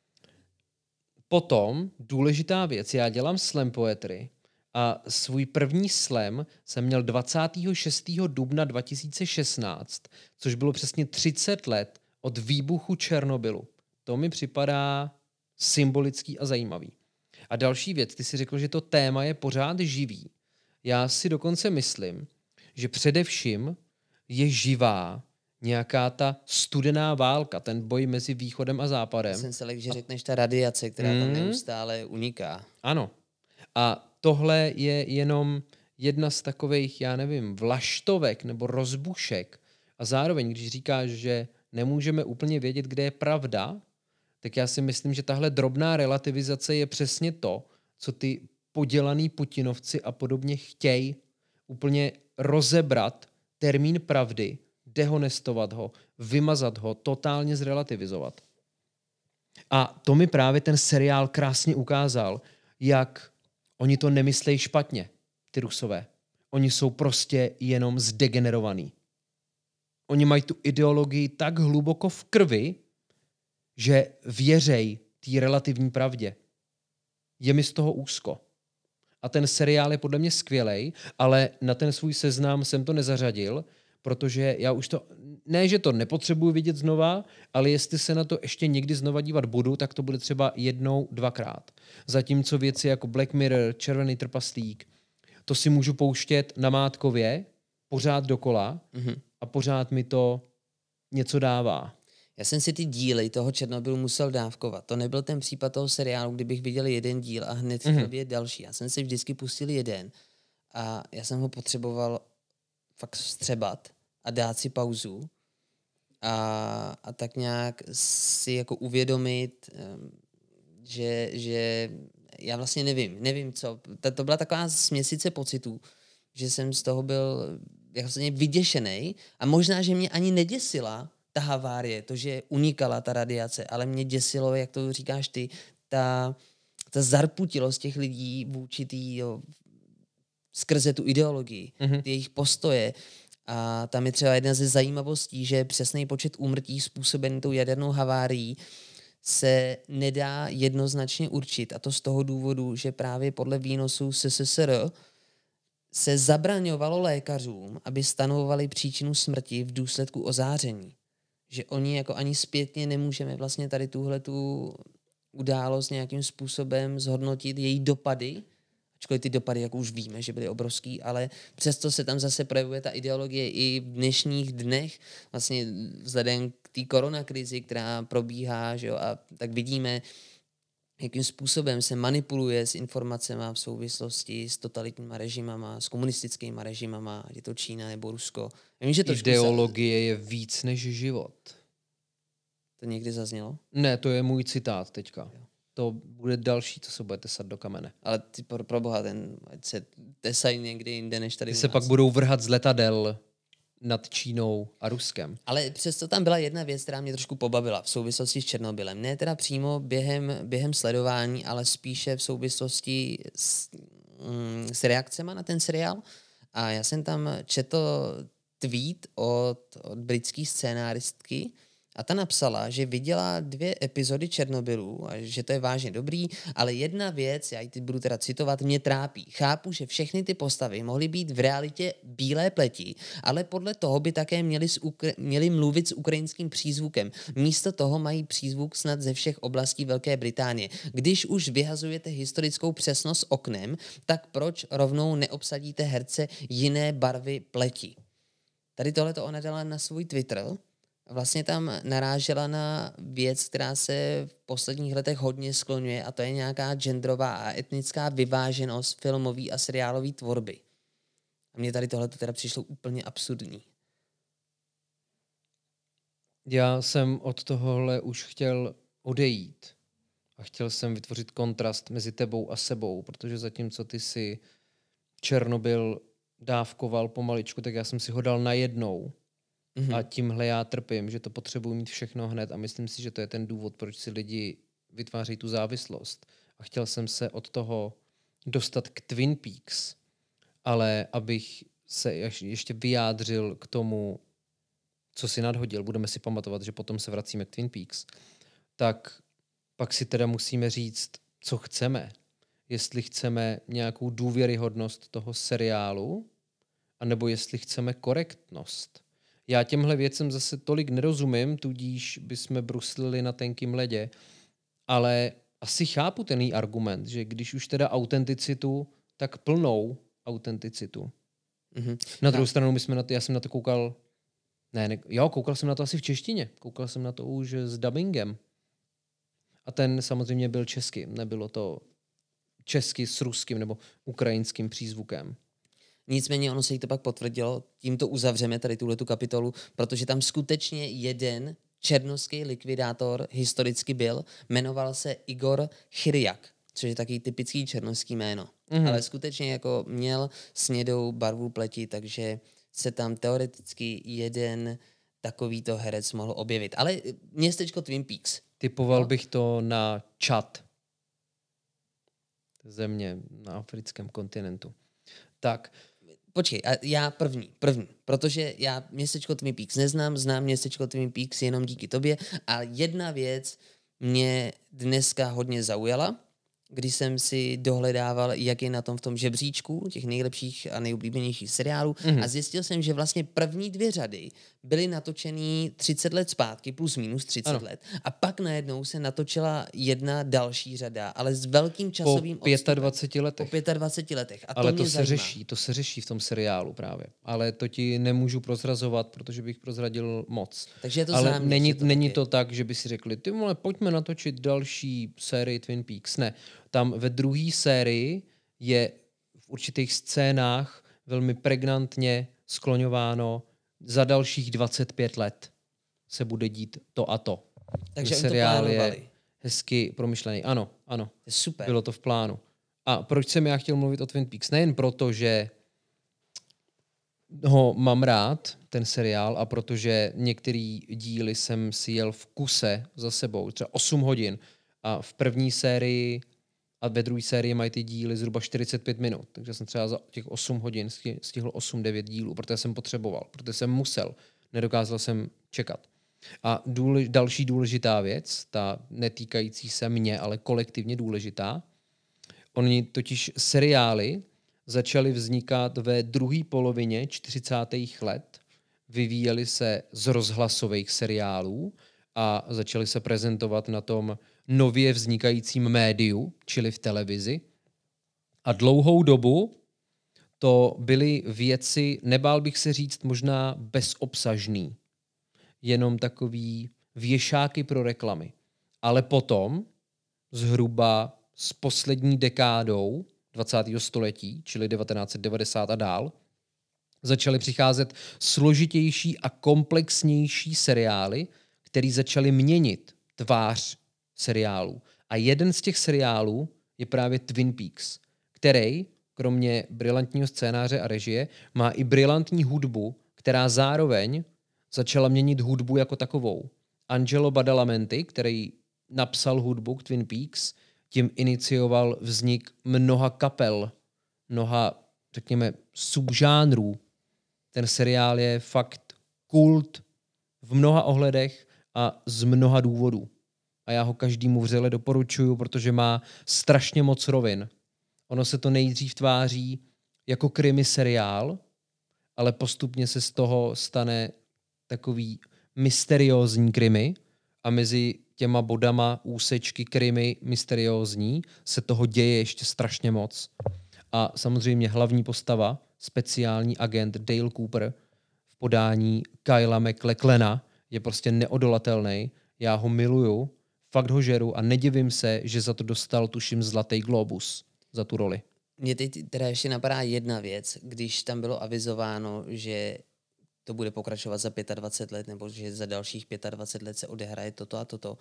Potom důležitá věc, já dělám slam poetry a svůj první slam jsem měl dvacátého šestého dubna dva tisíce šestnáct, což bylo přesně třicet let od výbuchu Černobylu. To mi připadá symbolický a zajímavý. A další věc, ty si řekl, že to téma je pořád živý. Já si dokonce myslím, že především je živá nějaká ta studená válka, ten boj mezi východem a západem. Já jsem se lekl, že řekneš ta radiace, která tam Mm. neustále uniká. Ano. A tohle je jenom jedna z takových, já nevím, vlaštovek nebo rozbušek. A zároveň, když říkáš, že nemůžeme úplně vědět, kde je pravda, tak já si myslím, že tahle drobná relativizace je přesně to, co ty podělaný Putinovci a podobně chtějí úplně rozebrat termín pravdy, dehonestovat ho, vymazat ho, totálně zrelativizovat. A to mi právě ten seriál krásně ukázal, jak oni to nemyslejí špatně, ty Rusové. Oni jsou prostě jenom zdegenerovaní. Oni mají tu ideologii tak hluboko v krvi, že věřej té relativní pravdě. Je mi z toho úzko. A ten seriál je podle mě skvělej, ale na ten svůj seznam jsem to nezařadil, protože já už to, ne, že to nepotřebuji vidět znova, ale jestli se na to ještě někdy znova dívat budu, tak to bude třeba jednou, dvakrát. Zatímco věci jako Black Mirror, Červený trpaslík, to si můžu pouštět namátkově, pořád dokola mm-hmm. a pořád mi to něco dává. Já jsem si ty díly toho Černobylu musel dávkovat. To nebyl ten případ toho seriálu, kdybych viděl jeden díl a hned mm-hmm. chtěl vidět další. Já jsem si vždycky pustil jeden a já jsem ho potřeboval fakt vstřebat a dát si pauzu a, a tak nějak si jako uvědomit, že, že já vlastně nevím, nevím co. To, to byla taková směsice pocitů, že jsem z toho byl vlastně vyděšený a možná, že mě ani neděsila ta havárie, to, že unikala ta radiace, ale mě děsilo, jak to říkáš ty, ta, ta zarputilost těch lidí vůči tý, jo, skrze tu ideologii, mm-hmm. ty jejich postoje. A tam je třeba jedna ze zajímavostí, že přesný počet úmrtí způsobený tou jadernou havárií se nedá jednoznačně určit. A to z toho důvodu, že právě podle výnosů S S S R se zabraňovalo lékařům, aby stanovovali příčinu smrti v důsledku ozáření. Že oni jako ani zpětně nemůžeme vlastně tady tuhletu událost nějakým způsobem zhodnotit její dopady, ačkoliv ty dopady, jak už víme, že byly obrovský, ale přesto se tam zase projevuje ta ideologie i v dnešních dnech, vlastně vzhledem k té koronakrizi, která probíhá, že jo, a tak vidíme, jakým způsobem se manipuluje s informacemi v souvislosti s totalitníma režimama, s komunistickými režimama, ať je to Čína nebo Rusko. Vím, že to Ideologie za... je víc než život. To někdy zaznělo? Ne, to je můj citát teďka. Jo. To bude další, co se bude tesat do kamene. Ale ty pro, pro boha, ten, ať se tesají někdy jinde, než tady ty u se nás. Pak budou vrhat z letadel nad Čínou a Ruskem. Ale přesto tam byla jedna věc, která mě trošku pobavila v souvislosti s Černobylem. Ne teda přímo během, během sledování, ale spíše v souvislosti s, mm, s reakcema na ten seriál. A já jsem tam četl tweet od, od britské scénáristky, a ta napsala, že viděla dvě epizody Černobylu a že to je vážně dobrý, ale jedna věc, já ji teď budu teda citovat, mě trápí. Chápu, že všechny ty postavy mohly být v realitě bílé pleti, ale podle toho by také měli, s Ukra- měli mluvit s ukrajinským přízvukem. Místo toho mají přízvuk snad ze všech oblastí Velké Británie. Když už vyhazujete historickou přesnost oknem, tak proč rovnou neobsadíte herce jiné barvy pleti? Tady tohleto ona dala na svůj Twitter. Vlastně tam narážela na věc, která se v posledních letech hodně skloňuje, a to je nějaká genderová a etnická vyváženost filmové a seriálové tvorby. A mně tady tohle teda přišlo úplně absurdní. Já jsem od tohohle už chtěl odejít. A chtěl jsem vytvořit kontrast mezi tebou a sebou, protože zatímco ty si Černobyl dávkoval pomaličku, tak já jsem si ho dal najednou. Mm-hmm. A tímhle já trpím, že to potřebuji mít všechno hned a myslím si, že to je ten důvod, proč si lidi vytváří tu závislost. A chtěl jsem se od toho dostat k Twin Peaks, ale abych se ještě vyjádřil k tomu, co si nadhodil, budeme si pamatovat, že potom se vracíme k Twin Peaks, tak pak si teda musíme říct, co chceme. Jestli chceme nějakou důvěryhodnost toho seriálu, anebo jestli chceme korektnost. Já těmhle věcem zase tolik nerozumím, tudíž bychom bruslili na tenkým ledě, ale asi chápu ten její argument, že když už teda autenticitu, tak plnou autenticitu. Mm-hmm. Na druhou stranu, my jsme na to, já jsem na to koukal, ne, ne, jo, koukal jsem na to asi v češtině, koukal jsem na to už s dubbingem. A ten samozřejmě byl česky, nebylo to česky s ruským nebo ukrajinským přízvukem. Nicméně ono se jí to pak potvrdilo, tímto uzavřeme tady tuhletu kapitolu, protože tam skutečně jeden černošský likvidátor historicky byl, jmenoval se Igor Chirjak, což je taky typický černošský jméno. Mm-hmm. Ale skutečně jako měl snědou barvu pleti, takže se tam teoreticky jeden takovýto herec mohl objevit. Ale městečko Twin Peaks. Typoval no? bych to na Čad. Země na africkém kontinentu. Tak. Počkej, a já první, první, protože já městečko Twin Peaks neznám, znám městečko Twin Peaks jenom díky tobě a jedna věc mě dneska hodně zaujala, když jsem si dohledával, jak je na tom v tom žebříčku těch nejlepších a nejoblíbenějších seriálů mm-hmm. a zjistil jsem, že vlastně první dvě řady byly natočený třicet let zpátky, plus minus třicet ano. let a pak najednou se natočila jedna další řada, ale s velkým časovým po dvaceti letech. Po dvaceti letech. A to ale to mě se zajímá. řeší, to se řeší v tom seriálu právě. Ale to ti nemůžu prozrazovat, protože bych prozradil moc. Takže je to ale záměr, není, to není taky. to tak, že by si řekli, ty vole, pojďme natočit další sérii Twin Peaks. Ne. Tam ve druhé sérii je v určitých scénách velmi pregnantně skloňováno, za dalších dvacet pět let se bude dít to a to. Takže seriál to je hezky promyšlený. Ano, ano. Super. Bylo to v plánu. A proč jsem já chtěl mluvit o Twin Peaks? Nejen proto, že ho mám rád, ten seriál, a protože některý díly jsem si jel v kuse za sebou, třeba osm hodin. A v první sérii a ve druhé sérii mají ty díly zhruba čtyřicet pět minut. Takže jsem třeba za těch osm hodin stihl osm devět dílů, protože jsem potřeboval, protože jsem musel. Nedokázal jsem čekat. A důlež, další důležitá věc, ta netýkající se mě, ale kolektivně důležitá, oni totiž seriály začaly vznikat ve druhé polovině čtyřicátých let, vyvíjely se z rozhlasových seriálů a začaly se prezentovat na tom nově vznikajícím médiu, čili v televizi. A dlouhou dobu to byly věci, nebál bych se říct, možná bezobsažný. Jenom takový věšáky pro reklamy. Ale potom, zhruba s poslední dekádou dvacátého století, čili devatenáct set devadesát a dál, začaly přicházet složitější a komplexnější seriály, které začaly měnit tvář seriálů. A jeden z těch seriálů je právě Twin Peaks, který, kromě brilantního scénáře a režie, má i brilantní hudbu, která zároveň začala měnit hudbu jako takovou. Angelo Badalamenti, který napsal hudbu k Twin Peaks, tím inicioval vznik mnoha kapel, mnoha, řekněme, subžánrů. Ten seriál je fakt kult v mnoha ohledech a z mnoha důvodů. A já ho každému vřele doporučuju, protože má strašně moc rovin. Ono se to nejdřív tváří jako krimi seriál, ale postupně se z toho stane takový mysteriózní krimi a mezi těma bodama úsečky krimi mysteriózní se toho děje ještě strašně moc. A samozřejmě hlavní postava, speciální agent Dale Cooper v podání Kyla MacLachlana je prostě neodolatelný. Já ho miluju, fakt ho žeru a nedivím se, že za to dostal, tuším, Zlatý globus za tu roli. Mně teď teda ještě napadá jedna věc, když tam bylo avizováno, že to bude pokračovat za dvacet pět let, nebo že za dalších dvacet pět let se odehraje toto a toto.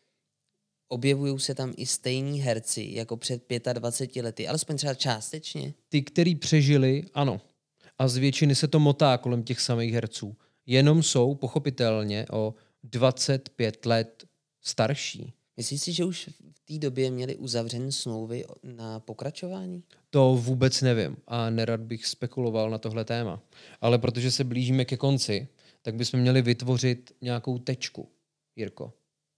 Objevují se tam i stejní herci jako před dvaceti pěti lety, alespoň třeba částečně? Ty, který přežili, ano. A z většiny se to motá kolem těch samých herců. Jenom jsou pochopitelně o dvacet pět let starší. Myslíš si, že už v té době měli uzavřené smlouvy na pokračování? To vůbec nevím a nerad bych spekuloval na tohle téma. Ale protože se blížíme ke konci, tak bychom měli vytvořit nějakou tečku, Jirko.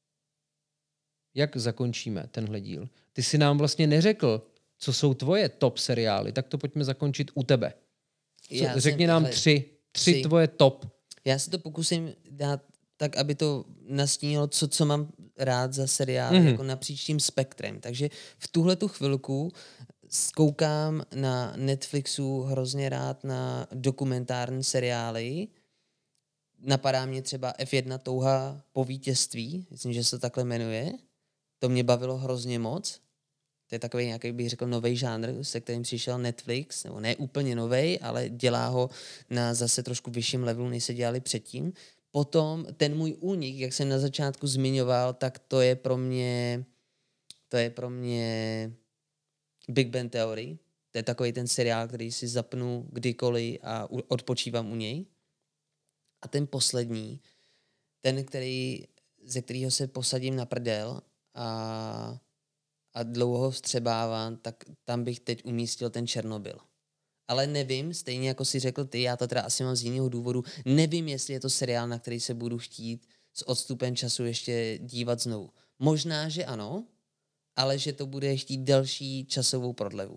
Jak zakončíme tenhle díl? Ty jsi nám vlastně neřekl, co jsou tvoje top seriály, tak to pojďme zakončit u tebe. Co, řekni jsem, nám ale, tři, tři, tři tvoje top. Já se to pokusím dát tak aby to nastínilo, co, co mám rád za seriál, mm-hmm. jako napříč tím spektrem. Takže v tuhle tu chvilku koukám na Netflixu hrozně rád na dokumentární seriály. Napadá mě třeba F jedna touha po vítězství, myslím, že se to takhle jmenuje. To mě bavilo hrozně moc. To je takový nějaký, bych řekl, nový žánr, se kterým přišel Netflix, nebo ne úplně novej, ale dělá ho na zase trošku vyšším levelu, než se dělali předtím. Potom ten můj únik, jak jsem na začátku zmiňoval, tak to je pro mě to je pro mě Big Bang Theory. To je takový ten seriál, který si zapnu kdykoliv a odpočívám u něj. A ten poslední, ten, který, ze kterého se posadím na prdel a, a dlouho vstřebávám, tak tam bych teď umístil ten Černobyl. Ale nevím, stejně jako si řekl ty, já to teda asi mám z jiného důvodu, nevím, jestli je to seriál, na který se budu chtít s odstupem času ještě dívat znovu. Možná, že ano, ale že to bude chtít delší časovou prodlevu.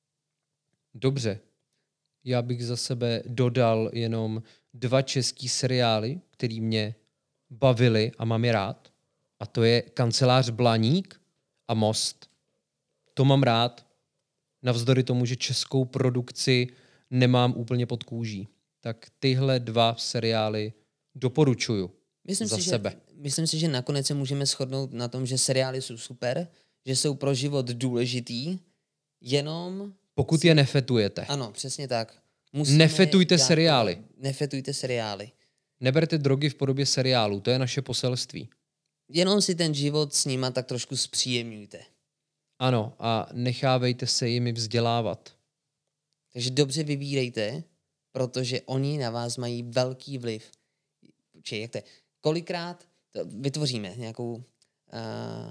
Dobře. Já bych za sebe dodal jenom dva český seriály, který mě bavili a mám je rád. A to je Kancelář Blaník a Most. To mám rád. Navzdory tomu, že českou produkci nemám úplně pod kůží. Tak tyhle dva seriály doporučuju myslím za si, sebe. Že, myslím si, že nakonec se můžeme shodnout na tom, že seriály jsou super, že jsou pro život důležitý, jenom... Pokud je nefetujete. Ano, přesně tak. Musíme Nefetujte seriály. Nefetujte seriály. Neberte drogy v podobě seriálu, to je naše poselství. Jenom si ten život s nima tak trošku zpříjemňujte. Ano, a nechávejte se jimi vzdělávat. Takže dobře vybírejte, protože oni na vás mají velký vliv. Či jak to je? Kolikrát to vytvoříme nějakou... Uh,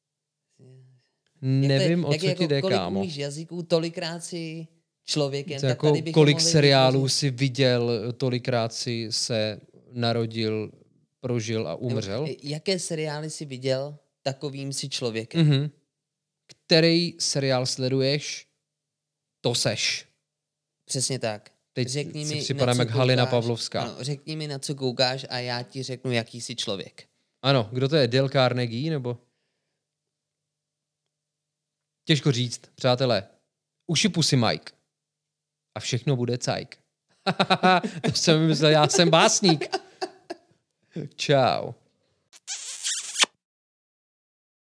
Nevím, o co jako, ti jde, kolik kámo. umíš jazyků, tolikrát si člověkem. Tak jako, tady kolik mohli seriálů vytvořit... si viděl, tolikrát si se narodil, prožil a umřel. Nebo, jaké seriály si viděl, takovým si člověkem. Mm-hmm. Který seriál sleduješ, to seš. Přesně tak. Teď řekni si mi, připadám jak Halina Pavlovská. Ano, řekni mi, na co koukáš a já ti řeknu, jaký jsi člověk. Ano, kdo to je? Dale Carnegie, nebo? Těžko říct, přátelé. Uši pusy Mike. A všechno bude cajk. To jsem myslel, já jsem básník. Čau.